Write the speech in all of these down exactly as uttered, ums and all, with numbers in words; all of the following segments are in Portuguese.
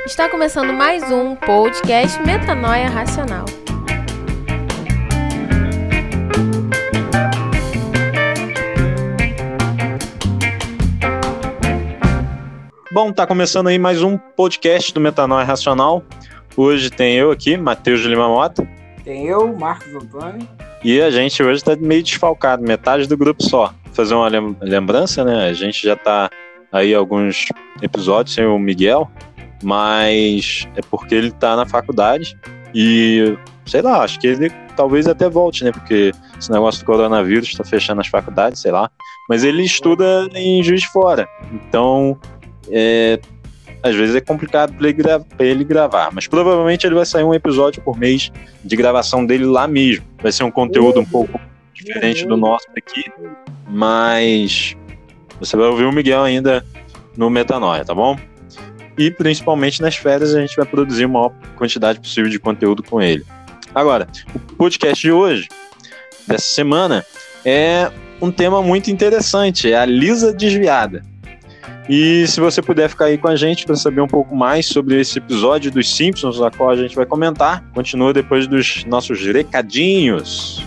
Está começando mais um podcast Metanoia Racional. Bom, tá começando aí mais um podcast do Metanoia Racional. Hoje tem eu aqui, Matheus de Lima Mota. Tem eu, Marcos Antônio. E a gente hoje tá meio desfalcado, metade do grupo só. Vou fazer uma lembrança, né? A gente já tá aí alguns episódios sem o Miguel, mas é porque ele tá na faculdade e, sei lá, acho que ele talvez até volte, né? Porque esse negócio do coronavírus tá fechando as faculdades, sei lá. Mas ele estuda em Juiz de Fora, então é, às vezes é complicado pra ele, gra- pra ele gravar. Mas provavelmente ele vai sair um episódio por mês de gravação dele lá mesmo. Vai ser um conteúdo um pouco diferente do nosso aqui, mas você vai ouvir o Miguel ainda no Metanoia, tá bom? E principalmente nas férias a gente vai produzir a maior quantidade possível de conteúdo com ele. Agora, o podcast de hoje, dessa semana, é um tema muito interessante, é a Lisa Desviada. E se você puder ficar aí com a gente para saber um pouco mais sobre esse episódio dos Simpsons, a qual a gente vai comentar, continua depois dos nossos recadinhos.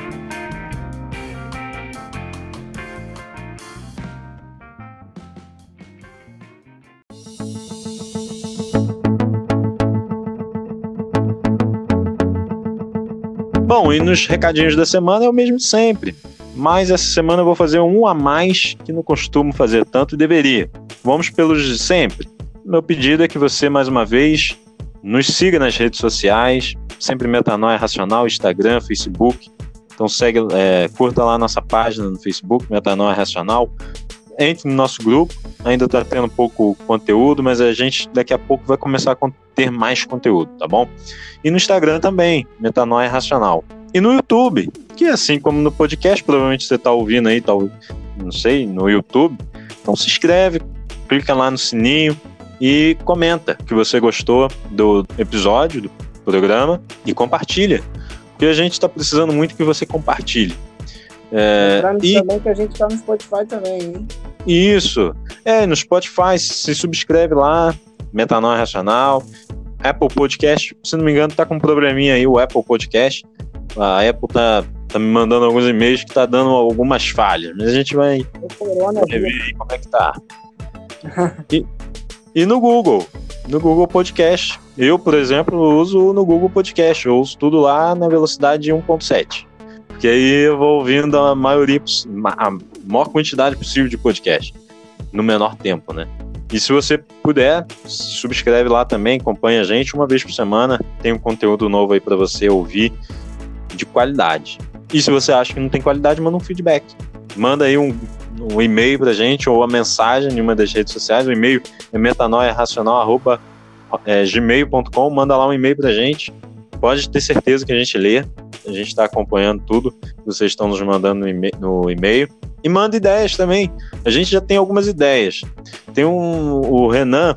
Bom, e nos recadinhos da semana é o mesmo de sempre, mas essa semana eu vou fazer um a mais que não costumo fazer tanto e deveria. Vamos pelos de sempre. Meu pedido é que você, mais uma vez, nos siga nas redes sociais, sempre Metanoia Racional, Instagram, Facebook. Então segue, é, curta lá a nossa página no Facebook, Metanoia Racional. Entre no nosso grupo, ainda está tendo pouco conteúdo, mas a gente daqui a pouco vai começar a ter mais conteúdo, tá bom? E no Instagram também, Metanoia Racional. E no YouTube, que assim como no podcast, provavelmente você está ouvindo aí, tá, não sei, no YouTube. Então se inscreve, clica lá no sininho e comenta que você gostou do episódio, do programa, e compartilha. Porque a gente está precisando muito que você compartilhe. É, Lembrando e... também que a gente está no Spotify também, hein? Isso. É, no Spotify, se subscreve lá, Metanoia Racional. Apple Podcast, se não me engano, tá com um probleminha aí, o Apple Podcast. A Apple tá, tá me mandando alguns e-mails que tá dando algumas falhas, mas a gente vai ver aí como é que tá. e, e no Google, no Google Podcast. Eu, por exemplo, uso no Google Podcast, eu uso tudo lá na velocidade um ponto sete. Porque aí eu vou ouvindo a maioria, a maior quantidade possível de podcast, no menor tempo, né? E se você puder, subscreve lá também, acompanha a gente uma vez por semana, tem um conteúdo novo aí para você ouvir de qualidade. E se você acha que não tem qualidade, manda um feedback. Manda aí um, um e-mail pra gente ou a mensagem em uma das redes sociais. O e-mail é metanoiaracional arroba gmail ponto com. Manda lá um e-mail pra gente. Pode ter certeza que a gente lê. A gente está acompanhando tudo que vocês estão nos mandando no e-mail, no e-mail. E manda ideias também. A gente já tem algumas ideias. Tem um, o Renan,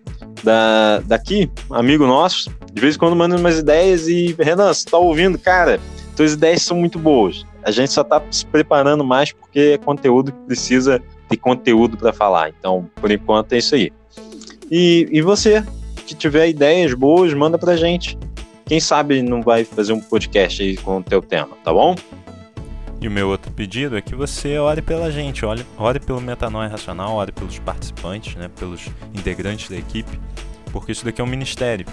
da, daqui, amigo nosso, de vez em quando manda umas ideias e, Renan, você tá ouvindo? Cara, suas ideias são muito boas. A gente só tá se preparando mais porque é conteúdo que precisa ter conteúdo para falar. Então, por enquanto, é isso aí. E, e você, que tiver ideias boas, manda pra gente. Quem sabe não vai fazer um podcast aí com o teu tema, tá bom? E o meu outro pedido é que você ore pela gente, ore, ore pelo Metanoia Racional, ore pelos participantes, né, pelos integrantes da equipe, porque isso daqui é um ministério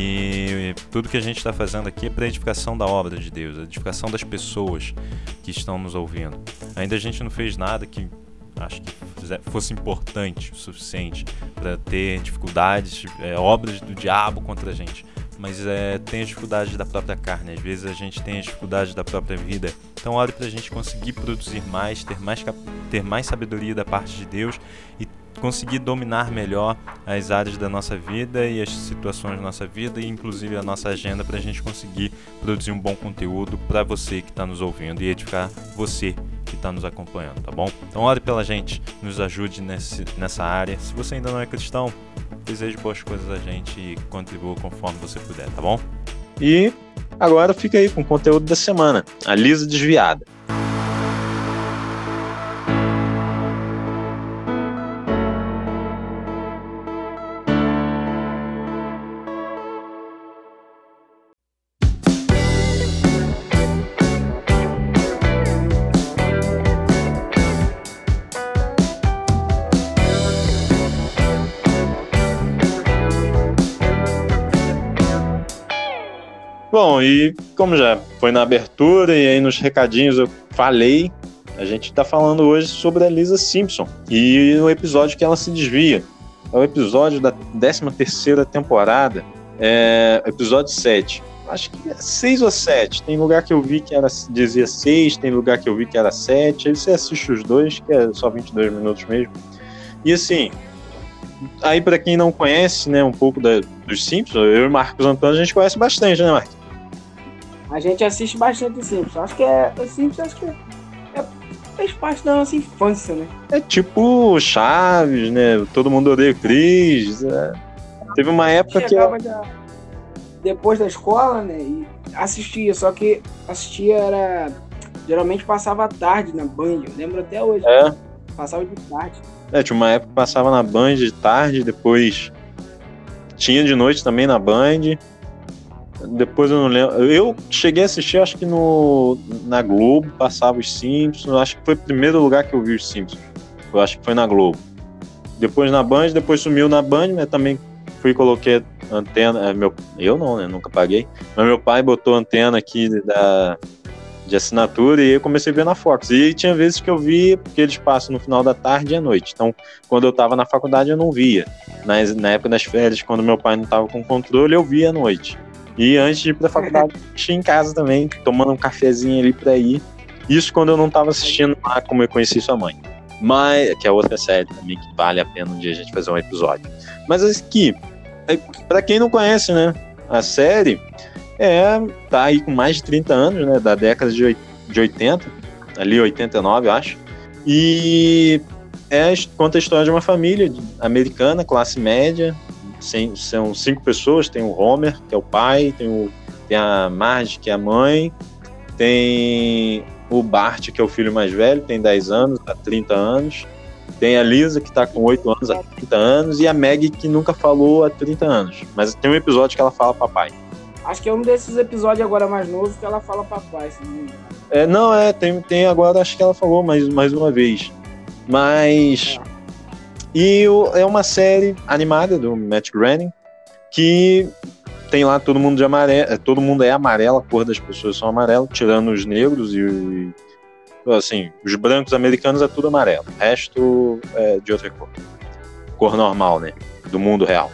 e tudo que a gente está fazendo aqui é para a edificação da obra de Deus, a edificação das pessoas que estão nos ouvindo. Ainda a gente não fez nada que acho que fosse importante o suficiente para ter dificuldades, é, obras do diabo contra a gente. Mas é, tem as dificuldades da própria carne, às vezes a gente tem as dificuldades da própria vida. Então ore para a gente conseguir produzir mais, ter mais, ter mais sabedoria da parte de Deus e conseguir dominar melhor as áreas da nossa vida e as situações da nossa vida e inclusive a nossa agenda para a gente conseguir produzir um bom conteúdo para você que está nos ouvindo e edificar você que está nos acompanhando, tá bom? Então ore pela gente, nos ajude nesse, nessa área. Se você ainda não é cristão, deseje boas coisas a gente e contribua conforme você puder, tá bom? E agora fica aí com o conteúdo da semana, a Lisa Desviada. Bom, e como já foi na abertura e aí nos recadinhos eu falei, a gente tá falando hoje sobre a Lisa Simpson e o episódio que ela se desvia. É o episódio da décima terceira temporada, é, episódio sete. Acho que é seis ou sete. Tem lugar que eu vi que era, dizia seis, tem lugar que eu vi que era sete. Aí você assiste os dois, que é só vinte e dois minutos mesmo. E assim, aí pra quem não conhece, né, um pouco da, dos Simpsons, eu e Marcos Antônio, a gente conhece bastante, né, Marcos? A gente assiste bastante os Simpsons. Acho que é. Os Simpsons acho que é, é, fez parte da nossa infância, né? É tipo Chaves, né? Todo mundo odeia o Chris. É. Teve uma época que. Eu... Já, depois da escola, né? E assistia, só que assistia era. Geralmente passava à tarde na Band. Eu lembro até hoje. É. Né? Passava de tarde. É, tinha uma época que passava na Band de tarde, depois tinha de noite também na Band. Depois eu não lembro. Eu cheguei a assistir, acho que no, na Globo, passava os Simpsons. Acho que foi o primeiro lugar que eu vi os Simpsons. Eu acho que foi na Globo. Depois na Band, depois sumiu na Band, mas também fui e coloquei antena. Meu, eu não, né? Nunca paguei. Mas meu pai botou antena aqui da, de assinatura e eu comecei a ver na Fox. E tinha vezes que eu via, porque eles passam no final da tarde e à noite. Então, quando eu tava na faculdade, eu não via. Na, na época das férias, quando meu pai não tava com controle, eu via à noite. E antes de ir pra faculdade, eu tinha em casa também, tomando um cafezinho ali pra ir. Isso quando eu não tava assistindo lá Como Eu Conheci Sua Mãe. Mas, que é outra série também, que vale a pena um dia a gente fazer um episódio. Mas aqui, pra quem não conhece, né, a série é, tá aí com mais de trinta anos, né, da década de oitenta, ali oitenta e nove, eu acho. E é, conta a história de uma família americana, classe média. São cinco pessoas, tem o Homer, que é o pai, tem, o, tem a Marge, que é a mãe, tem o Bart, que é o filho mais velho, tem dez anos, há trinta anos, tem a Lisa, que está com oito anos, há trinta anos, e a Maggie, que nunca falou há trinta anos, mas tem um episódio que ela fala papai. Acho que é um desses episódios agora mais novos que ela fala papai, se não me engano. É, não, é, tem, tem agora, acho que ela falou mais, mais uma vez, mas... É. E é uma série animada do Matt Groening que tem lá todo mundo de amarelo, todo mundo é amarelo, a cor das pessoas são amarelo, tirando os negros e, assim, os brancos americanos é tudo amarelo, o resto é de outra cor, cor normal, né, do mundo real.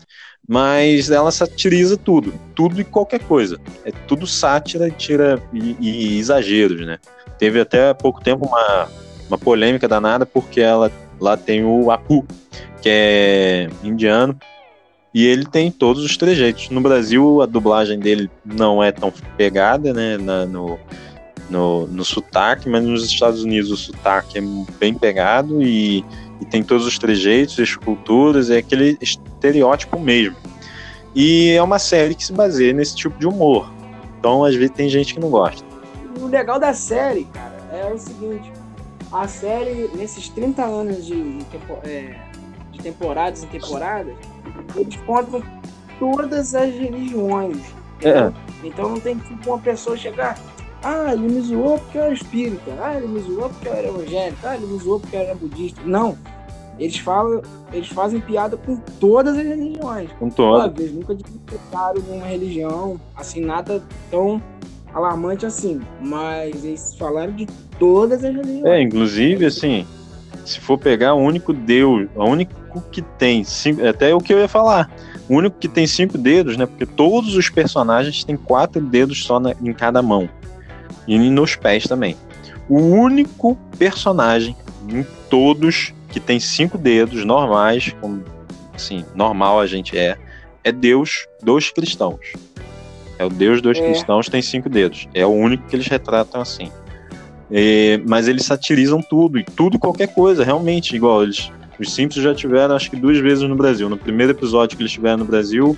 Mas ela satiriza tudo, tudo e qualquer coisa, é tudo sátira, tira e, e exageros, né. Teve até há pouco tempo uma, uma polêmica danada porque ela lá tem o Apu, que é indiano, e ele tem todos os trejeitos. No Brasil, a dublagem dele não é tão pegada, né, na, no, no, no sotaque, mas nos Estados Unidos o sotaque é bem pegado e, e tem todos os trejeitos, esculturas, é aquele estereótipo mesmo. E é uma série que se baseia nesse tipo de humor. Então, às vezes, tem gente que não gosta. O legal da série, cara, é o seguinte... A série, nesses trinta anos de, tempo, é, de temporadas em temporadas, eles contam todas as religiões. É. Então não tem tipo uma pessoa chegar, ah, ele me zoou porque eu era espírita, ah, ele me zoou porque eu era evangélico, ah, ele me zoou porque eu era budista. Não. Eles falam, eles fazem piada com todas as religiões. Com todas. Eles nunca discutiram numa religião, assim, nada tão alarmante assim, mas eles falaram de todas as religiões. É, inclusive, assim, se for pegar o único Deus, o único que tem cinco, até o que eu ia falar, o único que tem cinco dedos, né, porque todos os personagens têm quatro dedos só na, em cada mão, e nos pés também. O único personagem em todos que tem cinco dedos normais, como, assim, normal a gente é, é Deus dos cristãos. É o Deus dos é. cristãos, tem cinco dedos. É o único que eles retratam assim. É, mas eles satirizam tudo, e tudo qualquer coisa, realmente, igual eles. Os Simpsons já tiveram, acho que duas vezes no Brasil. No primeiro episódio que eles tiveram no Brasil,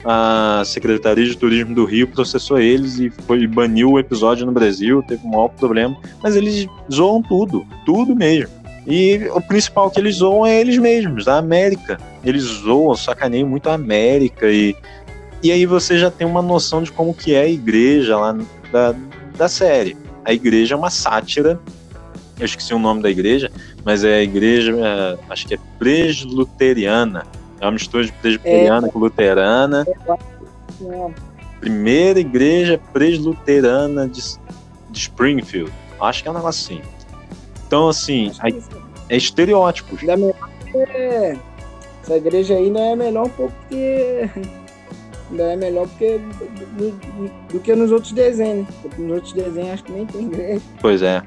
a Secretaria de Turismo do Rio processou eles e foi, baniu o episódio no Brasil, teve um maior problema. Mas eles zoam tudo, tudo mesmo. E o principal que eles zoam é eles mesmos, a América. Eles zoam, sacaneiam muito a América e... E aí você já tem uma noção de como que é a igreja lá da, da série. A igreja é uma sátira, eu esqueci o nome da igreja, mas é a igreja, é, acho que é presluteriana. É uma mistura de presbiteriana é, com luterana. É, primeira igreja presluterana de, de Springfield. Acho que é um negócio assim. Então, assim, Acho que isso é estereótipos. ainda é melhor porque essa igreja aí ainda é melhor um pouco que. Ainda é melhor porque do, do, do que nos outros desenhos. Porque nos outros desenhos acho que nem tem igreja. Pois é.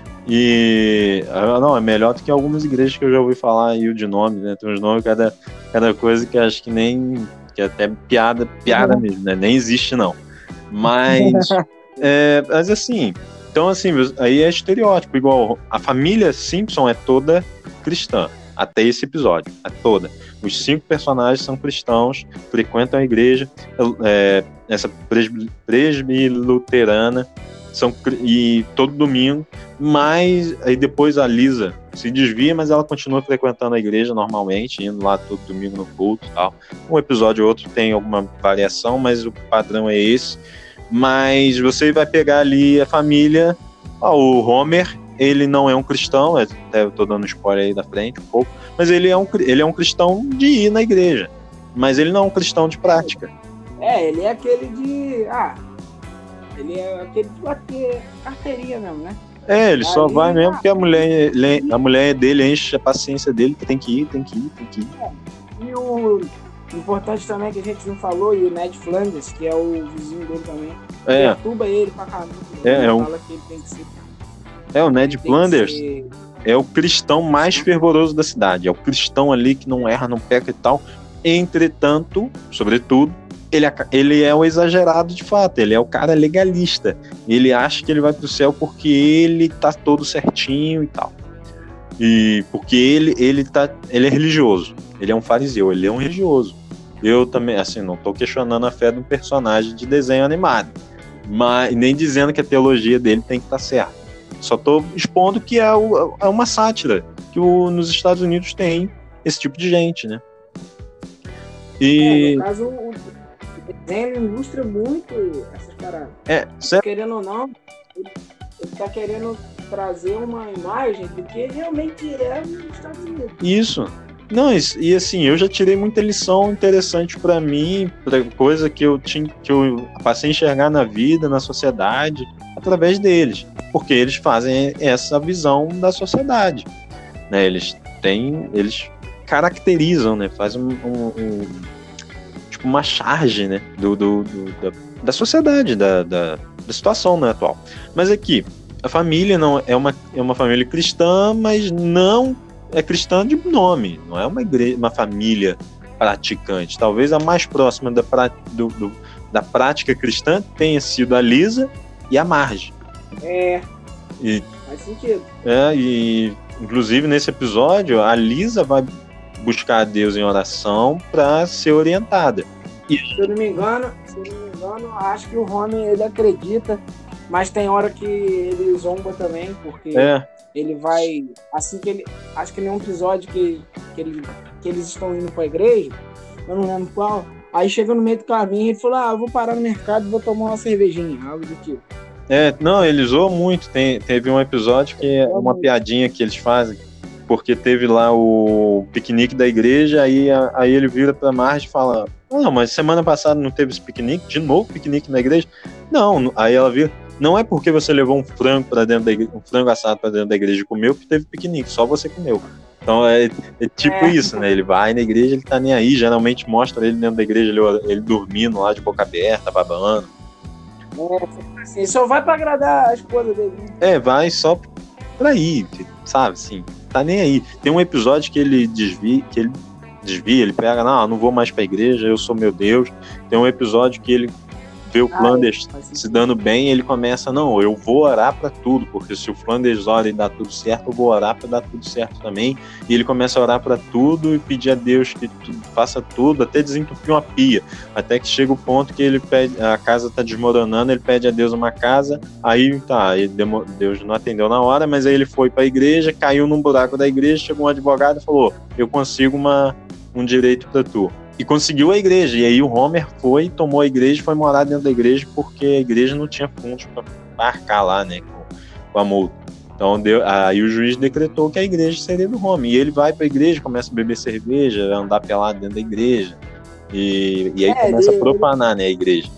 E não, é melhor do que algumas igrejas que eu já ouvi falar aí de nome, né? Tem uns nomes, cada, cada coisa que acho que nem. Que é até piada, piada mesmo, né? Nem existe, não. Mas. é, mas assim. Então, assim, aí é estereótipo. Igual a família Simpson é toda cristã. Até esse episódio. É toda. Os cinco personagens são cristãos, frequentam a igreja, é, essa presbiluterana, são, e todo domingo, mas aí depois a Lisa se desvia, mas ela continua frequentando a igreja normalmente, indo lá todo domingo no culto e tal. Um episódio ou outro tem alguma variação, mas o padrão é esse. Mas você vai pegar ali a família, ó, o Homer, ele não é um cristão, até eu tô dando spoiler aí da frente um pouco, mas ele é um, ele é um cristão de ir na igreja, mas ele não é um cristão de prática. É, ele é aquele de... Ah, ele é aquele de bater carteirinha mesmo, né? É, ele só Aí, vai mesmo ah, porque a mulher, a mulher dele enche a paciência dele, que tem que ir, tem que ir, tem que ir. E o importante também que a gente não falou, e o Ned Flanders, que é o vizinho dele também, É, perturba ele pra caramba. É, Ele é um- fala que ele tem que ser... é o Ned tem que Flanders. ser- É o cristão mais fervoroso da cidade. É o cristão ali que não erra, não peca e tal. Entretanto, sobretudo, ele, aca- ele é o exagerado de fato. Ele é o cara legalista. Ele acha que ele vai pro céu porque ele tá todo certinho e tal. E porque ele, ele, tá, ele é religioso. Ele é um fariseu, ele é um religioso. Eu também, assim, não tô questionando a fé de um personagem de desenho animado. Mas nem dizendo que a teologia dele tem que estar certa. Só tô expondo que é, o- é uma sátira, que o- nos Estados Unidos tem esse tipo de gente, né? É, E, no caso, o o desenho ilustra muito essas paradas. é, certo, Querendo ou não, ele, ele tá querendo trazer uma imagem do que realmente é nos Estados Unidos. isso. Não, isso- e assim, eu já tirei muita lição interessante pra mim, pra coisa que eu tinha, que eu passei a enxergar na vida, na sociedade, através deles. Porque eles fazem essa visão da sociedade, né? Eles têm, eles caracterizam, né? Fazem um, um- um- tipo uma charge, né? Do, do- do- da, da sociedade, da, da, da situação, né, atual. Mas aqui, a família não é uma, é uma família cristã, mas não é cristã de nome, não é uma igreja, uma família praticante. Talvez a mais próxima da, pra- do- do- da prática cristã tenha sido a Lisa e a Marge. É, E, faz sentido. é, e inclusive nesse episódio, a Lisa vai buscar a Deus em oração para ser orientada. Se eu não me engano, se eu não me engano, acho que o Homer ele acredita, mas tem hora que ele zomba também, porque É, ele vai. Assim que ele. Acho que em um episódio que, que, ele, que eles estão indo pra igreja, eu não lembro qual. Aí chega no meio do caminho e ele falou: Ah, eu vou parar no mercado e vou tomar uma cervejinha, algo do tipo. é, não, eles zoam muito. Tem, teve um episódio que é uma piadinha que eles fazem, porque teve lá o piquenique da igreja, aí, a- aí ele vira pra Marge e fala: Não, mas semana passada não teve esse piquenique? De novo piquenique na igreja? Não, não- aí ela vira: Não é porque você levou um frango para dentro da igreja, um frango assado pra dentro da igreja e comeu que teve piquenique, só você comeu. Então é, é tipo É. isso, né? Ele vai na igreja, ele tá nem aí, geralmente mostra ele dentro da igreja, ele, ele dormindo lá de boca aberta, babando. É, assim, só vai pra agradar a esposa dele. Né? É, vai só pra ir, sabe, assim, tá nem aí. Tem um episódio que ele desvia, que ele desvia, ele pega, não, eu não vou mais pra igreja, eu sou meu Deus. Tem um episódio que ele vê o Ah, Flanders faz sentido. se dando bem, ele começa, não, eu vou orar pra tudo, porque se o Flanders ora e dá tudo certo, eu vou orar pra dar tudo certo também. E ele começa a orar pra tudo e pedir a Deus que tu- faça tudo, até desentupir uma pia. Até que chega o ponto que ele pede, a casa tá desmoronando, ele pede a Deus uma casa, aí tá, aí demo- Deus não atendeu na hora, mas aí ele foi pra igreja, caiu num buraco da igreja, chegou um advogado e falou, eu consigo uma, um direito pra tu. E conseguiu a igreja, e aí o Homer foi, tomou a igreja e foi morar dentro da igreja, porque a igreja não tinha fundos pra arcar lá, né, com, com a multa. Então deu, aí o juiz decretou que a igreja seria do Homer, e ele vai pra igreja, começa a beber cerveja, andar pelado dentro da igreja, e, e aí É, começa ele- a profanar, né, a igreja.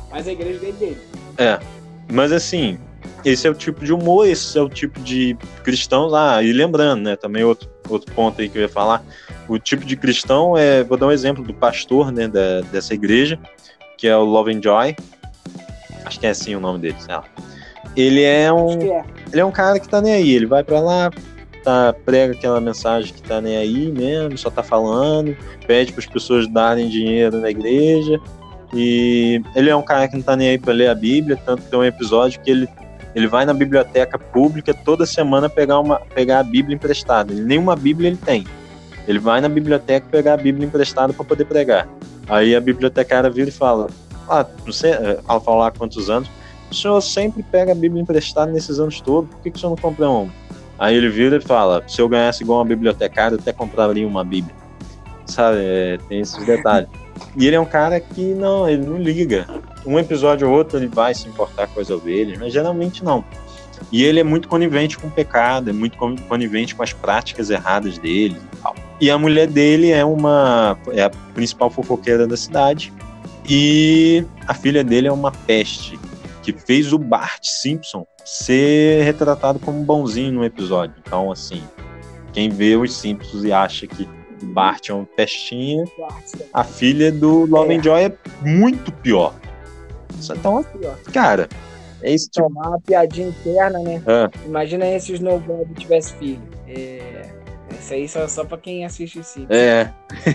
Mas a igreja dele dele. É, mas assim, esse é o tipo de humor, esse é o tipo de cristãos. Ah, e lembrando, né, também outro, outro ponto aí que eu ia falar, o tipo de cristão é, vou dar um exemplo do pastor, né, da, dessa igreja, que é o Lovejoy, acho que é assim o nome dele, sei lá. Ele é um, É. ele é um cara que tá nem aí, ele vai pra lá, tá, prega aquela mensagem que tá nem aí mesmo, só tá falando, pede para as pessoas darem dinheiro na igreja, e ele é um cara que não tá nem aí pra ler a Bíblia, tanto que tem um episódio que ele, ele vai na biblioteca pública toda semana pegar, uma, pegar a Bíblia emprestada. Ele, nenhuma Bíblia ele tem. Ele vai na biblioteca pegar a Bíblia emprestada para poder pregar. Aí a bibliotecária vira e fala, ah, não sei, ela fala lá quantos anos, o senhor sempre pega a Bíblia emprestada nesses anos todos, por que, que o senhor não compra uma? Aí ele vira e fala, se eu ganhasse igual uma bibliotecária, eu até compraria uma Bíblia. Sabe, é, tem esses detalhes. E ele é um cara que não, ele não liga. Um episódio ou outro ele vai se importar com as ovelhas, mas geralmente não. E ele é muito conivente com o pecado, é muito conivente com as práticas erradas dele e tal. E a mulher dele é uma é a principal fofoqueira da cidade. E a filha dele é uma peste, que fez o Bart Simpson ser retratado como bonzinho no episódio. Então, assim, quem vê os Simpsons e acha que o Bart é uma pestinha, a filha do Lovejoy é muito pior. Então, cara, é isso. Tipo... Tomar uma piadinha interna, né? É. Imagina aí se o Snowbob tivesse filho. É... Isso aí só, só pra quem assiste o Simpsons. É.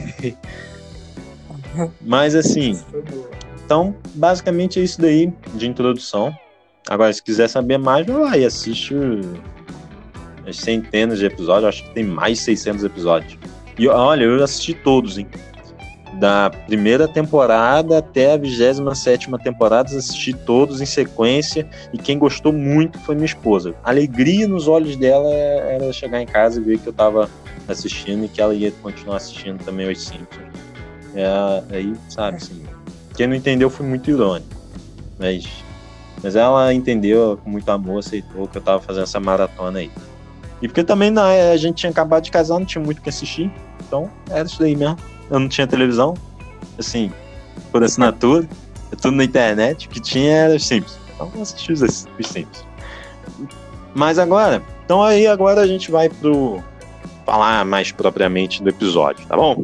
Mas, assim... Isso foi boa. Então, basicamente é isso daí de introdução. Agora, se quiser saber mais, vai lá e assiste as centenas de episódios. Acho que tem mais de seiscentos episódios. E olha, eu assisti todos, hein? Da primeira temporada até a vigésima sétima temporada, assisti todos em sequência. E quem gostou muito foi minha esposa. A alegria nos olhos dela era chegar em casa e ver que eu tava assistindo e que ela ia continuar assistindo também os Simpsons. É, aí, sabe, assim... Quem não entendeu foi muito irônico, mas, mas ela entendeu com muito amor, aceitou que eu tava fazendo essa maratona aí. E porque também não, a gente tinha acabado de casar, não tinha muito o que assistir, então era isso daí mesmo. Eu não tinha televisão, assim, por assinatura, é tudo na internet, o que tinha era os Simpsons, então eu assisti os, os Simpsons. Mas agora, então aí agora a gente vai pro falar mais propriamente do episódio, tá bom?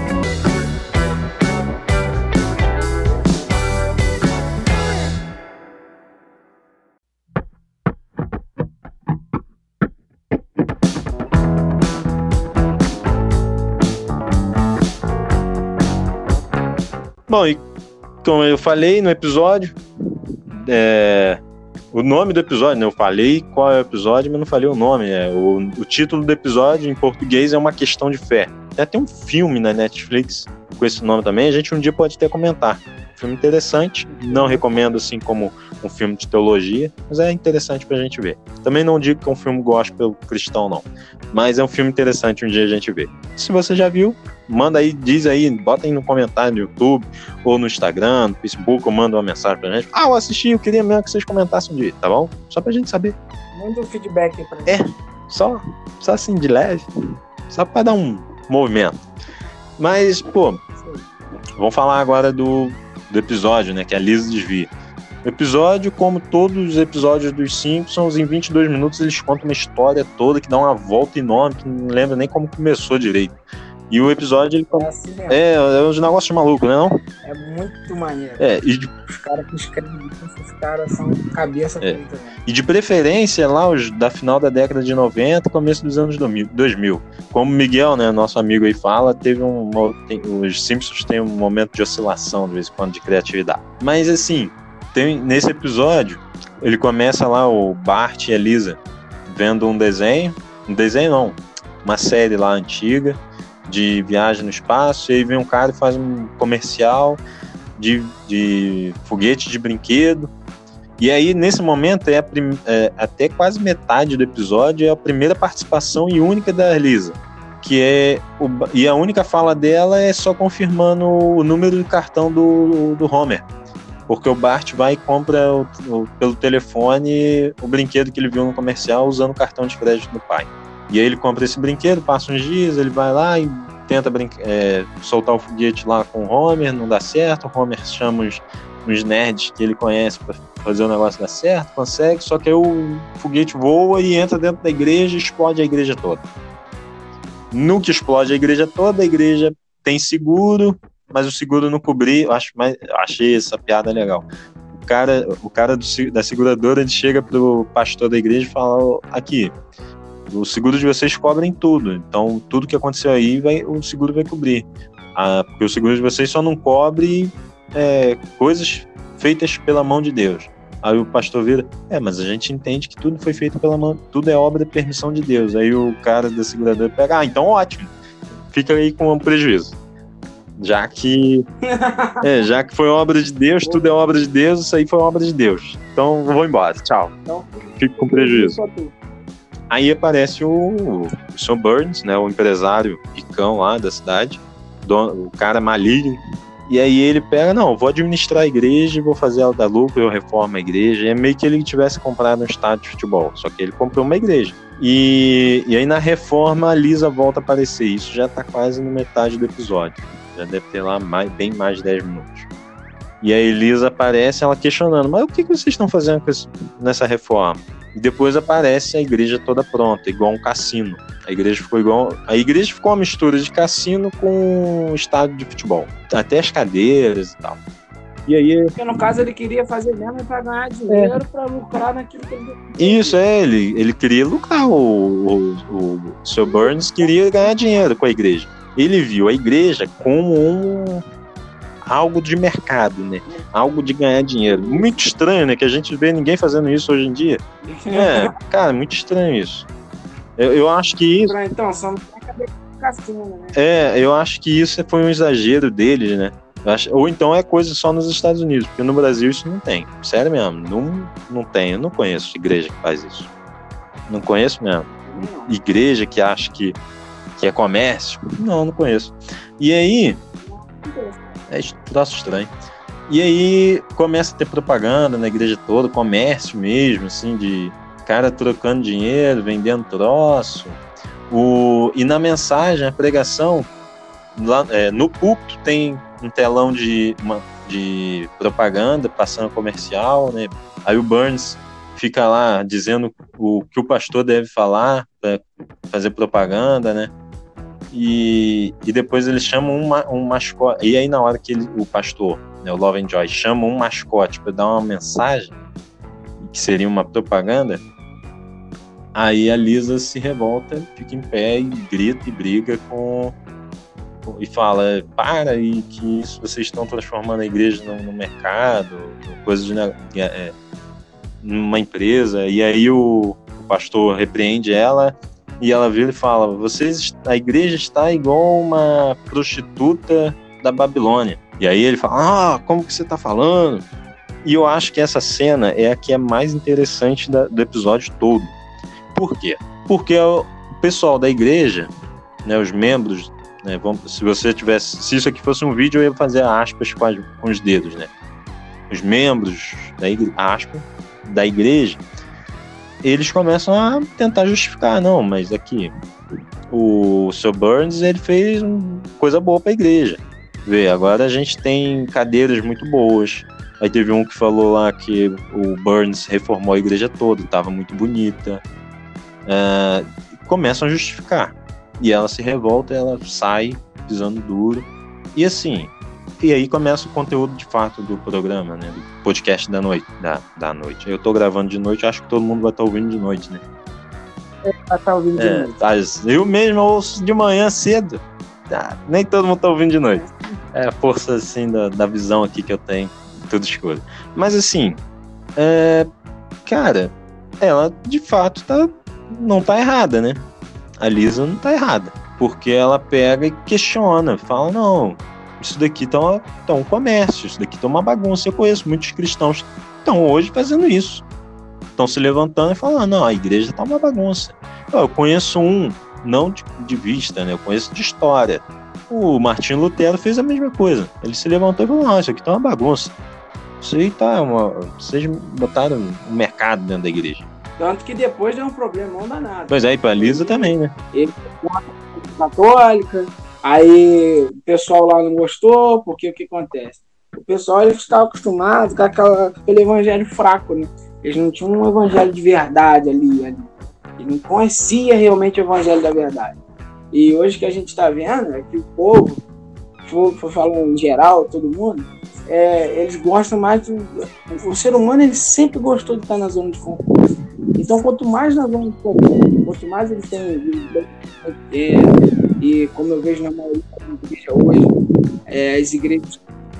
Bom, e como eu falei no episódio, é, o nome do episódio, né? Eu falei qual é o episódio, mas não falei o nome. É, o, o título do episódio em português é Uma Questão de Fé. Tem até um filme na Netflix com esse nome também, a gente um dia pode até comentar. Filme interessante, não recomendo assim como um filme de teologia, mas é interessante pra gente ver. Também não digo que é um filme gospel cristão, não, mas é um filme interessante um dia a gente ver. Se você já viu, manda aí, diz aí, bota aí no comentário no YouTube, ou no Instagram, no Facebook, ou manda uma mensagem pra gente. Ah, eu assisti, eu queria mesmo que vocês comentassem um dia, tá bom? Só pra gente saber. Manda um feedback aí pra gente. É, só, só assim de leve, só pra dar um movimento. Mas, pô, vamos falar agora do, do episódio, né, que a Lisa desvia. O episódio, como todos os episódios dos Simpsons, em vinte e dois minutos eles contam uma história toda que dá uma volta enorme, que não lembra nem como começou direito. E o episódio, ele... É assim mesmo. É, é uns negócios malucos, né, não? É muito maneiro. É, e de... Os caras que escrevem, esses caras são cabeça É. feita, né? E de preferência lá, os da final da década de noventa, começo dos anos dois mil. Como o Miguel, né, nosso amigo aí fala, teve um... Tem, os Simpsons têm um momento de oscilação, de vez em quando, de criatividade. Mas, assim, tem, nesse episódio, ele começa lá, o Bart e a Lisa, vendo um desenho. Um desenho não, uma série lá antiga, de viagem no espaço, e aí vem um cara e faz um comercial de, de foguete de brinquedo. E aí, nesse momento, é, a prim- é até quase metade do episódio é a primeira participação e única da Lisa. Que é o, e a única fala dela é só confirmando o número de cartão do, do Homer. Porque o Bart vai e compra o, o, pelo telefone o brinquedo que ele viu no comercial usando o cartão de crédito do pai. E aí ele compra esse brinquedo, passa uns dias, ele vai lá e tenta brinca- é, soltar o foguete lá com o Homer, não dá certo, o Homer chama os, uns nerds que ele conhece para fazer o negócio dar certo, consegue, só que aí o foguete voa e entra dentro da igreja e explode a igreja toda. No que explode a igreja toda, a igreja tem seguro, mas o seguro não cobriu. Acho, mas, achei essa piada legal. O cara, o cara do, da seguradora, ele chega pro pastor da igreja e fala: aqui, o seguro de vocês cobrem tudo, então tudo que aconteceu aí vai, o seguro vai cobrir. Ah, porque o seguro de vocês só não cobre é, coisas feitas pela mão de Deus. Aí o pastor vira: é, mas a gente entende que tudo foi feito pela mão, tudo é obra e permissão de Deus. Aí o cara da seguradora pega: ah, então ótimo, fica aí com um prejuízo. Já que, é, já que foi obra de Deus, tudo é obra de Deus, isso aí foi obra de Deus. Então eu vou embora, tchau. Fico com prejuízo. Aí aparece o, o senhor Burns, né, o empresário ricão lá da cidade, dono, o cara maligno. E aí ele pega: não, vou administrar a igreja, vou fazer ela dar lucro, eu reformo a igreja. É meio que ele tivesse comprado um estádio de futebol, só que ele comprou uma igreja. E, e aí na reforma a Lisa volta a aparecer. Isso já tá quase na metade do episódio. Já deve ter lá mais, bem mais de dez minutos. E aí Lisa aparece, ela questionando: mas o que, que vocês estão fazendo com esse, nessa reforma? E depois aparece a igreja toda pronta, igual um cassino. A igreja ficou igual. A igreja ficou uma mistura de cassino com um estádio de futebol. Até as cadeiras e tal. E aí. Porque no caso ele queria fazer mesmo para ganhar dinheiro, é. para lucrar naquilo que ele. Isso, é, ele, ele queria lucrar. O, o, o seu Burns queria ganhar dinheiro com a igreja. Ele viu a igreja como um. algo de mercado, né? Algo de ganhar dinheiro. Muito estranho, né? Que a gente vê ninguém fazendo isso hoje em dia. É, cara, muito estranho isso. Eu, eu acho que isso... Então, só não tem cabeça de cassino, né? É, eu acho que isso foi um exagero deles, né? Eu acho... Ou então é coisa só nos Estados Unidos, porque no Brasil isso não tem. Sério mesmo, não, não tem. Eu não conheço igreja que faz isso. Não conheço mesmo. Igreja que acha que, que é comércio. Não, não conheço. E aí... É troço estranho. E aí começa a ter propaganda na igreja toda, comércio mesmo, assim, de cara trocando dinheiro, vendendo troço. O... E na mensagem, a pregação, lá, é, no púlpito tem um telão de, uma, de propaganda, passando comercial, né? Aí o Burns fica lá dizendo o que o pastor deve falar para fazer propaganda, né? E, e depois eles chamam uma, um mascote. E aí na hora que ele, o pastor, né, o Lovejoy, chama um mascote para dar uma mensagem, que seria uma propaganda, aí a Lisa se revolta, fica em pé e grita e briga com... com e fala: para, e que isso, vocês estão transformando a igreja no, no mercado, coisa de... É, numa empresa. E aí o, o pastor repreende ela. E ela vira e fala: vocês, a igreja está igual uma prostituta da Babilônia. E aí ele fala: ah, como que você está falando? E eu acho que essa cena é a que é mais interessante da, do episódio todo. Por quê? Porque o pessoal da igreja, né, os membros, né, vamos, se você tivesse, se isso aqui fosse um vídeo, eu ia fazer aspas com, as, com os dedos, né? Os membros da igreja, aspas, da igreja, eles começam a tentar justificar: não, mas aqui o seu Burns, ele fez coisa boa para a igreja. Vê, agora a gente tem cadeiras muito boas. Aí teve um que falou lá que o Burns reformou a igreja toda, estava muito bonita. Uh, começam a justificar. E ela se revolta, ela sai pisando duro. E assim, e aí começa o conteúdo de fato do programa, né? Do podcast da noite. Da, da noite. Eu tô gravando de noite, acho que todo mundo vai estar ouvindo de noite, né? Vai estar ouvindo de é, noite. Tá, eu mesmo ouço de manhã cedo. Tá, nem todo mundo tá ouvindo de noite. É a força, assim, da, da visão aqui que eu tenho. Tudo escuro. Mas assim, é, cara, ela de fato tá, não tá errada, né? A Lisa não tá errada. Porque ela pega e questiona, fala: não, isso daqui tá, uma, tá um comércio, isso daqui tá uma bagunça. Eu conheço muitos cristãos que estão hoje fazendo isso. Estão se levantando e falando: não, a igreja tá uma bagunça. Eu conheço um, não de, de vista, né? Eu conheço de história. O Martinho Lutero fez a mesma coisa. Ele se levantou e falou: não, isso aqui tá uma bagunça. Isso aí tá uma... Vocês botaram um mercado dentro da igreja. Tanto que depois deu um problema, não dá nada. Pois é, e pra Lisa também, né? Ele foi católica, aí o pessoal lá não gostou, porque o que acontece? O pessoal ele estava acostumado com aquela, aquele evangelho fraco, né? Eles não tinham um evangelho de verdade ali, ali. Ele não conhecia realmente o evangelho da verdade. E hoje que a gente está vendo é que o povo, for, for falando em geral, todo mundo, é, eles gostam mais do, o ser humano ele sempre gostou de estar na zona de conforto. Então quanto mais na zona de conforto, quanto mais eles têm é, e como eu vejo na maioria das igrejas hoje, é, as igrejas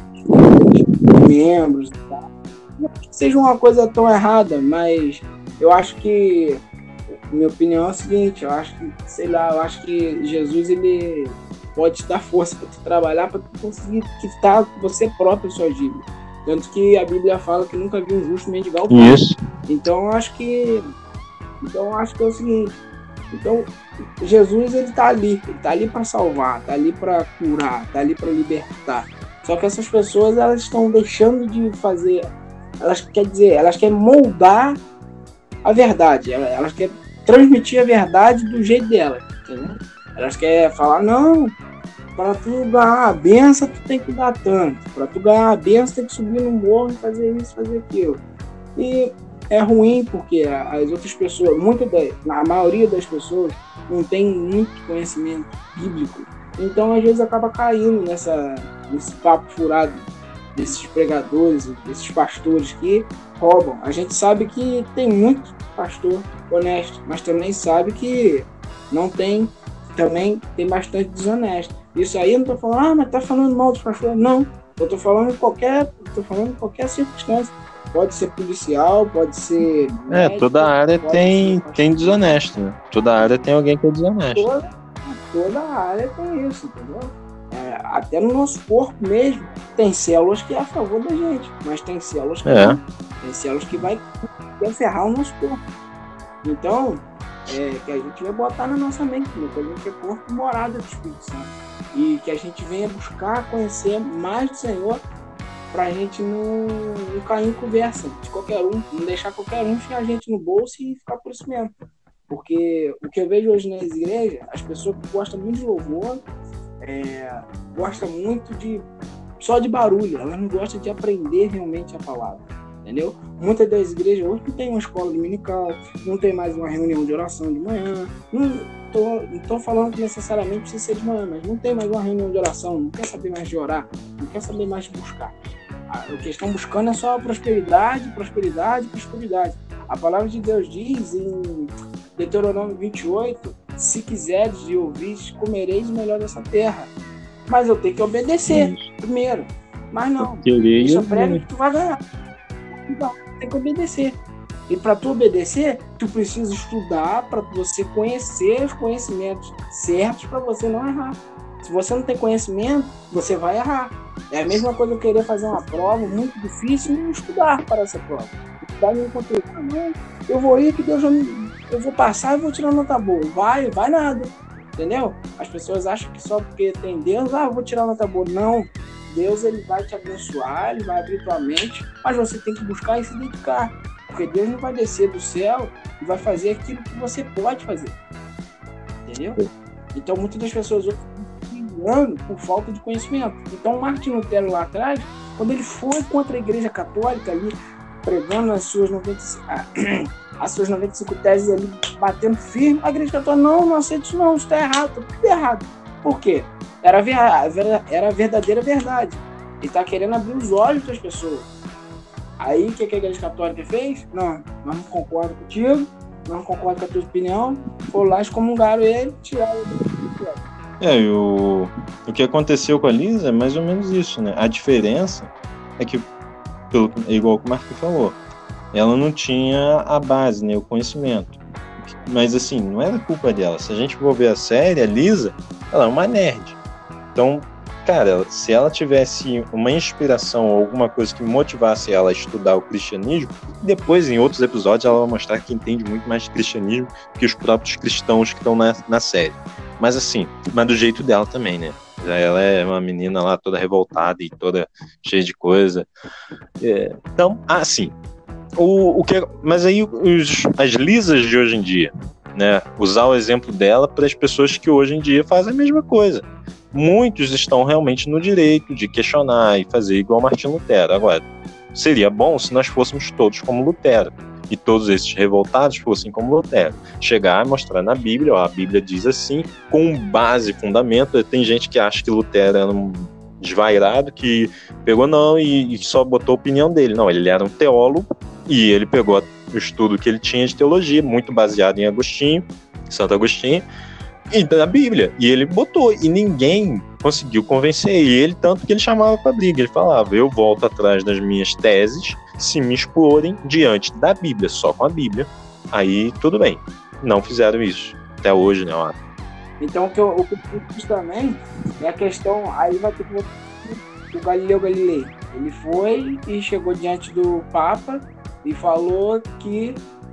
membros, tá? Não que seja uma coisa tão errada, mas eu acho que minha opinião é a seguinte, eu acho que, sei lá, eu acho que Jesus ele pode te dar força para tu trabalhar, para tu conseguir quitar você próprio suas dívidas. Tanto que a Bíblia fala que nunca viu um justo mendigar o pão. Isso. Então eu acho que então eu acho que é o seguinte, então Jesus ele tá ali, ele tá ali para salvar, tá ali para curar, tá ali para libertar. Só que essas pessoas elas estão deixando de fazer, elas quer dizer, elas querem moldar a verdade, elas querem transmitir a verdade do jeito delas, entendeu? Elas querem falar, não, para tu ganhar a benção, tu tem que dar tanto. Para tu ganhar a benção, tem que subir no morro e fazer isso, fazer aquilo. E é ruim porque as outras pessoas, muitas das, a maioria das pessoas, não tem muito conhecimento bíblico. Então, às vezes, acaba caindo nessa, nesse papo furado desses pregadores, desses pastores que roubam. A gente sabe que tem muito pastor honesto, mas também sabe que não tem, também tem bastante desonesto. Isso aí eu não tô falando, ah, mas tá falando mal dos pastores. Não, eu tô falando em qualquer, tô falando em qualquer circunstância. Pode ser policial, pode ser É, médico, toda área tem, ser tem desonesto, né? Toda área tem alguém que é desonesto. Toda, toda área tem isso, entendeu? É, até no nosso corpo mesmo, tem células que é a favor da gente, mas tem células que É. não. Tem células que vai ferrar o nosso corpo. Então, é, que a gente vai botar na nossa mente, né? Que a gente é corpo e morada do Espírito Santo. E que a gente venha buscar conhecer mais do Senhor pra gente não, não cair em conversa de qualquer um, não deixar qualquer um enfiar a gente no bolso e ficar por isso mesmo. Porque o que eu vejo hoje nas igrejas, as pessoas que gostam muito de louvor, é, gostam muito de só de barulho, elas não gostam de aprender realmente a palavra, entendeu? Muitas das igrejas hoje não tem uma escola dominical, não tem mais uma reunião de oração de manhã, não estou falando que necessariamente precisa ser de manhã, mas não tem mais uma reunião de oração, não quer saber mais de orar, não quer saber mais de buscar. O que estão buscando é só prosperidade, prosperidade, prosperidade. A palavra de Deus diz em Deuteronômio vinte e oito, se quiseres e ouvis, comereis o melhor dessa terra. Mas eu tenho que obedecer primeiro. Mas não, isso prega que tu vai ganhar. Então, tem que obedecer. E para tu obedecer, tu precisa estudar para você conhecer os conhecimentos certos para você não errar. Se você não tem conhecimento, você vai errar. É a mesma coisa eu querer fazer uma prova muito difícil e não estudar para essa prova. Estudar no conteúdo. Ah, não, eu vou ir que Deus já me... eu vou passar e vou tirar nota boa. Vai, vai nada. Entendeu? As pessoas acham que só porque tem Deus, ah, eu vou tirar nota boa. Não. Deus ele vai te abençoar, ele vai abrir tua mente, mas você tem que buscar e se dedicar. Porque Deus não vai descer do céu e vai fazer aquilo que você pode fazer. Entendeu? Então muitas das pessoas hoje por falta de conhecimento. Então Martin Lutero lá atrás, quando ele foi contra a Igreja Católica ali, pregando as suas noventa, as suas noventa e cinco teses ali, batendo firme, a Igreja Católica, não, não aceita isso não, isso está errado, tá tudo errado. Por quê? Era, era a verdadeira verdade. Ele está querendo abrir os olhos das pessoas. Aí, o que a Igreja Católica fez? Não, nós não concordamos contigo, nós não concordamos com a tua opinião, foram lá, excomungaram ele, tiraram ele do céu. É, e o, o que aconteceu com a Lisa é mais ou menos isso, né? A diferença é que, pelo, igual que o Marco falou, ela não tinha a base, né? O conhecimento. Mas, assim, não era culpa dela. Se a gente for ver a série, a Lisa, ela é uma nerd. Então, cara, se ela tivesse uma inspiração ou alguma coisa que motivasse ela a estudar o cristianismo, depois, em outros episódios, ela vai mostrar que entende muito mais de cristianismo que os próprios cristãos que estão na, na série. Mas assim, mas do jeito dela também, né? Ela é uma menina lá toda revoltada e toda cheia de coisa. É, então, assim, o, o que, mas aí os, as Lisas de hoje em dia, né, usar o exemplo dela para as pessoas que hoje em dia fazem a mesma coisa. Muitos estão realmente no direito de questionar e fazer igual Martim Lutero. Agora, seria bom se nós fôssemos todos como Lutero, e todos esses revoltados fossem como Lutero. Chegar e mostrar na Bíblia, ó, a Bíblia diz assim, com base e fundamento. Tem gente que acha que Lutero era um desvairado, que pegou não e, e só botou a opinião dele. Não, ele era um teólogo e ele pegou o estudo que ele tinha de teologia, muito baseado em Agostinho, Santo Agostinho, e da Bíblia. E ele botou, e ninguém conseguiu convencer ele, tanto que ele chamava para briga. Ele falava, eu volto atrás das minhas teses se me exporem diante da Bíblia, só com a Bíblia. Aí tudo bem. Não fizeram isso. Até hoje, né? Ó. Então o que eu, o que eu fiz também é a questão, aí vai ter que voltar o Galileu Galilei. Ele foi e chegou diante do Papa e falou que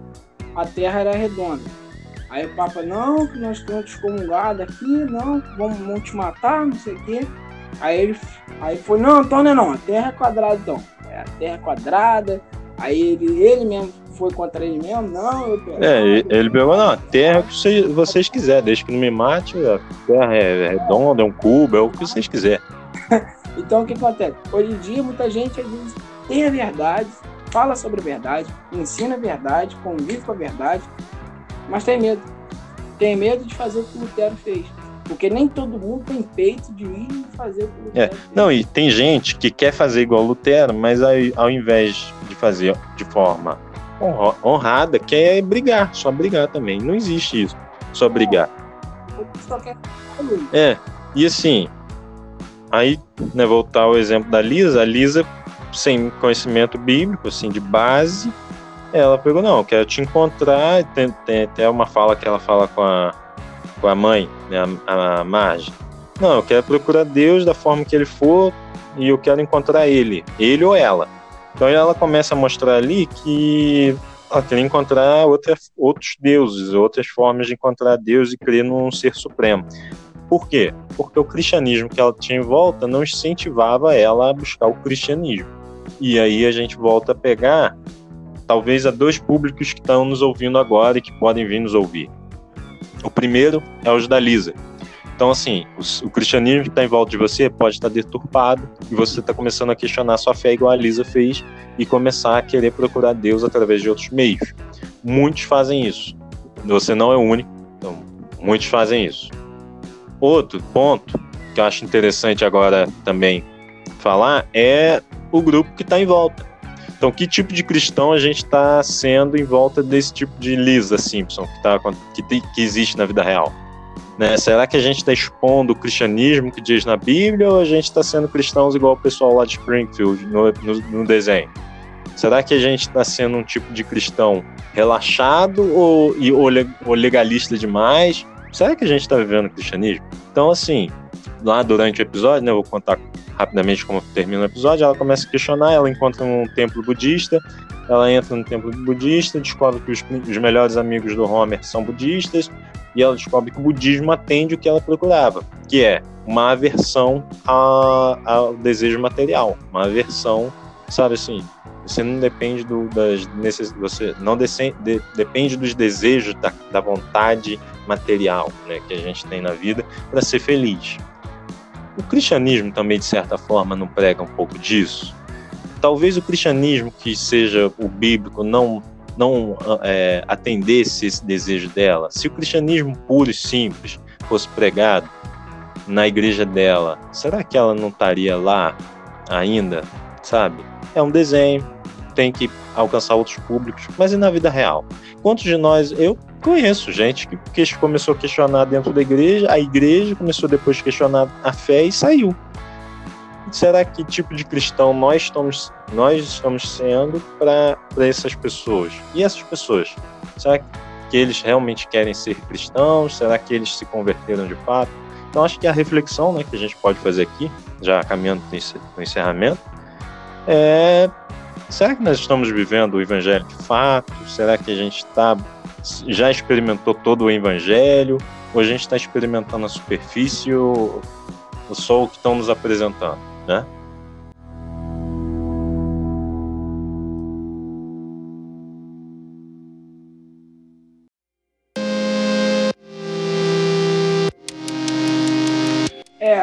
a Terra era redonda. Aí o Papa, não, que nós estamos excomungado aqui, não, vamos, vamos te matar, não sei o quê. Aí ele aí foi, não, então não é não, a Terra é quadrada então. É a Terra é quadrada. Aí ele, ele mesmo foi contra ele mesmo, não, eu pego. É, ele pegou, não, a Terra é o que vocês, vocês quiserem, desde que não me mate, a Terra é redonda, é um cubo, é o que vocês quiserem. Então o que acontece? Hoje em dia muita gente às vezes tem a verdade, fala sobre a verdade, ensina a verdade, convive com a verdade, mas tem medo. Tem medo de fazer o que o Lutero fez. Porque nem todo mundo tem peito de ir fazer o que o Lutero É, fez. não, e tem gente que quer fazer igual o Lutero, mas ao, ao invés de fazer de forma honra- honrada, quer brigar, só brigar também. Não existe isso, só brigar. Só quer... É, e assim, aí, né, voltar ao exemplo da Lisa, a Lisa, sem conhecimento bíblico, assim, de base, ela pegou, não, eu quero te encontrar, tem, tem até uma fala que ela fala com a, com a mãe, né, a, a Marge. Não, eu quero procurar Deus da forma que ele for e eu quero encontrar ele, ele ou ela. Então ela começa a mostrar ali que ela quer encontrar outra, outros deuses, outras formas de encontrar Deus e crer num ser supremo. Por quê? Porque o cristianismo que ela tinha em volta não incentivava ela a buscar o cristianismo. E aí a gente volta a pegar talvez a dois públicos que estão nos ouvindo agora e que podem vir nos ouvir. O primeiro é os da Lisa. Então, assim, o, o cristianismo que está em volta de você pode estar deturpado e você está começando a questionar sua fé igual a Lisa fez e começar a querer procurar Deus através de outros meios. Muitos fazem isso. Você não é o único, então muitos fazem isso. Outro ponto que eu acho interessante agora também falar é o grupo que está em volta. Então, que tipo de cristão a gente está sendo em volta desse tipo de Lisa Simpson que, tá, que, tem, que existe na vida real? Né? Será que a gente está expondo o cristianismo que diz na Bíblia ou a gente está sendo cristãos igual o pessoal lá de Springfield no, no, no desenho? Será que a gente está sendo um tipo de cristão relaxado ou, ou legalista demais? Será que a gente está vivendo o cristianismo? Então, assim, lá durante o episódio, né, eu vou contar rapidamente como termina o episódio, ela começa a questionar, ela encontra um templo budista, ela entra no templo budista, descobre que os, os melhores amigos do Homer são budistas, e ela descobre que o budismo atende o que ela procurava, que é uma aversão a, ao desejo material, uma aversão, sabe assim, você não depende do, das necess... você não desse... de... depende dos desejos da, da vontade material, né, que a gente tem na vida para ser feliz. O cristianismo também, de certa forma, não prega um pouco disso. Talvez o cristianismo que seja o bíblico não, não é, atendesse esse desejo dela. Se o cristianismo puro e simples fosse pregado na igreja dela, será que ela não estaria lá ainda, sabe? É um desenho, tem que alcançar outros públicos, mas e na vida real? Quantos de nós, eu conheço gente que, que começou a questionar dentro da igreja, a igreja começou depois a questionar a fé e saiu. Será que tipo de cristão nós estamos, nós estamos sendo para essas pessoas? E essas pessoas? Será que eles realmente querem ser cristãos? Será que eles se converteram de fato? Então acho que a reflexão, né, que a gente pode fazer aqui, já caminhando para o encerramento, é: será que nós estamos vivendo o evangelho de fato? Será que a gente tá, já experimentou todo o evangelho? Ou a gente está experimentando a superfície ou só o que estão nos apresentando, né?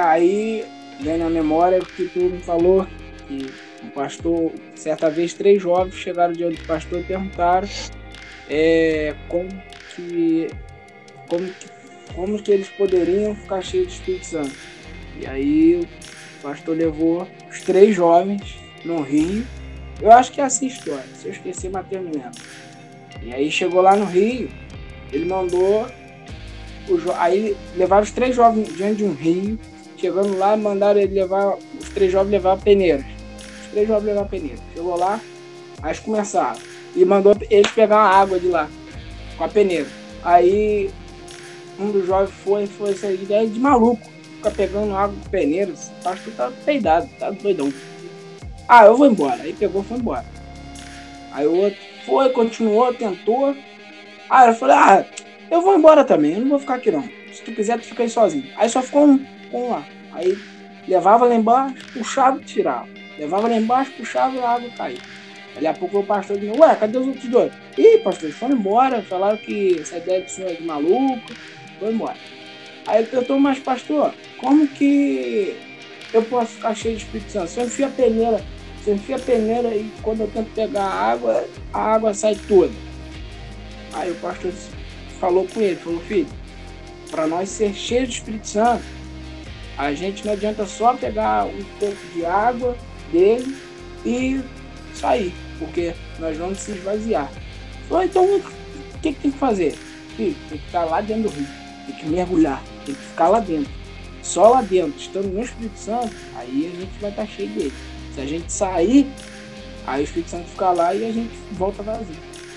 Aí vem na memória que tu me falou que o pastor, certa vez, três jovens chegaram diante do pastor e perguntaram é, como, que, como, que, como que eles poderiam ficar cheios do Espírito Santo. E aí o pastor levou os três jovens no rio. Eu acho que é assim a história, se eu esquecer, Mateus me lembra. E aí chegou lá no rio, ele mandou, o jo... aí levaram os três jovens diante de um rio. Chegando lá, mandaram ele levar, os três jovens levar peneiras. Os três jovens levar peneiras. Chegou lá, aí eles começaram. E mandou eles pegar uma água de lá, com a peneira. Aí um dos jovens foi, foi essa ideia de maluco. Ficar pegando água com peneiras. O pastor tá peidado, tá doidão. Ah, eu vou embora. Aí pegou e foi embora. Aí o outro foi, continuou, tentou. Aí eu falei, ah, eu vou embora também, eu não vou ficar aqui não. Se tu quiser, tu fica aí sozinho. Aí só ficou um. Vamos lá. Aí levava lá embaixo, puxava e tirava. Levava lá embaixo, puxava e a água caía. Daqui a pouco o pastor disse, ué, cadê os outros dois? Ih, pastor, eles foram embora, falaram que essa ideia do senhor é de maluco, foi embora. Aí ele perguntou, mas pastor, como que eu posso ficar cheio de Espírito Santo? Se eu enfio a peneira, se eu enfio a peneira e quando eu tento pegar a água, a água sai toda. Aí o pastor falou com ele, falou, filho, para nós ser cheios de Espírito Santo, a gente não adianta só pegar um pouco de água dele e sair, porque nós vamos se esvaziar. Falou, então o que, que tem que fazer? Filho, tem que ficar lá dentro do rio, tem que mergulhar, tem que ficar lá dentro. Só lá dentro, estando no Espírito Santo, aí a gente vai estar cheio dele. Se a gente sair, aí o Espírito Santo fica lá e a gente volta vazio.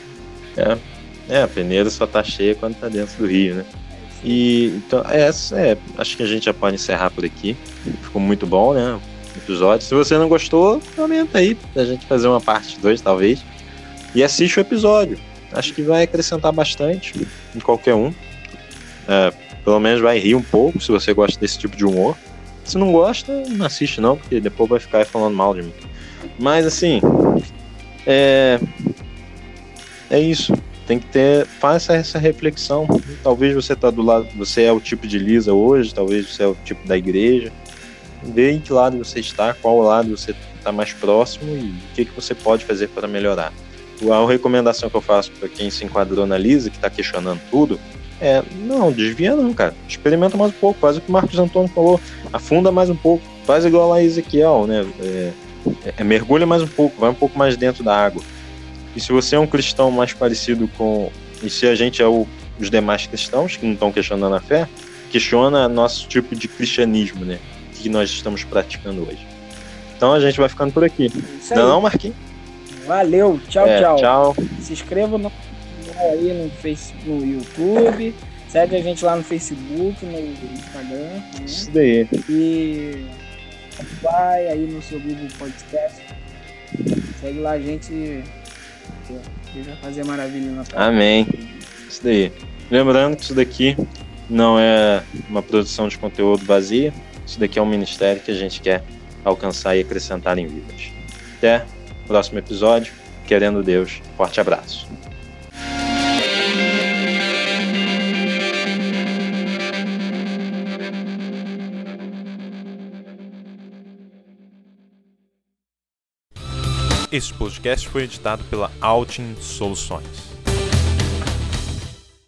É, é a peneira só tá cheia quando tá dentro do rio, né? E então, essa é, acho que a gente já pode encerrar por aqui. Ficou muito bom, né? O episódio. Se você não gostou, comenta aí pra gente fazer uma parte dois, talvez. E assiste o episódio. Acho que vai acrescentar bastante em qualquer um. É, pelo menos vai rir um pouco se você gosta desse tipo de humor. Se não gosta, não assiste não, porque depois vai ficar falando mal de mim. Mas assim, é, é isso. Tem que ter, faça essa reflexão. Talvez você tá do lado, você é o tipo de Lisa hoje, talvez você é o tipo da igreja. Vê em que lado você está, qual lado você está mais próximo e o que, que você pode fazer para melhorar. A recomendação que eu faço para quem se enquadrou na Lisa, que está questionando tudo, é, não, desvia não, cara. Experimenta mais um pouco, faz o que o Marcos Antônio falou, afunda mais um pouco, faz igual lá Ezequiel, né? É, é, mergulha mais um pouco, vai um pouco mais dentro da água. E se você é um cristão mais parecido com... E se a gente é o, os demais cristãos que não estão questionando a fé, questiona nosso tipo de cristianismo, né? Que nós estamos praticando hoje. Então a gente vai ficando por aqui. Isso aí. Não, não, Marquinhos? Valeu, tchau, É, tchau. Tchau. Se inscreva no canal aí no, Facebook, no YouTube. Segue a gente lá no Facebook, no Instagram. Né? Isso daí. E vai aí no seu Google Podcast. Segue lá a gente. Deus vai fazer maravilha na tua Amém. Isso daí. Lembrando que isso daqui não é uma produção de conteúdo vazia. Isso daqui é um ministério que a gente quer alcançar e acrescentar em vidas. Até o próximo episódio. Querendo Deus. Forte abraço. Este podcast foi editado pela Altin Soluções.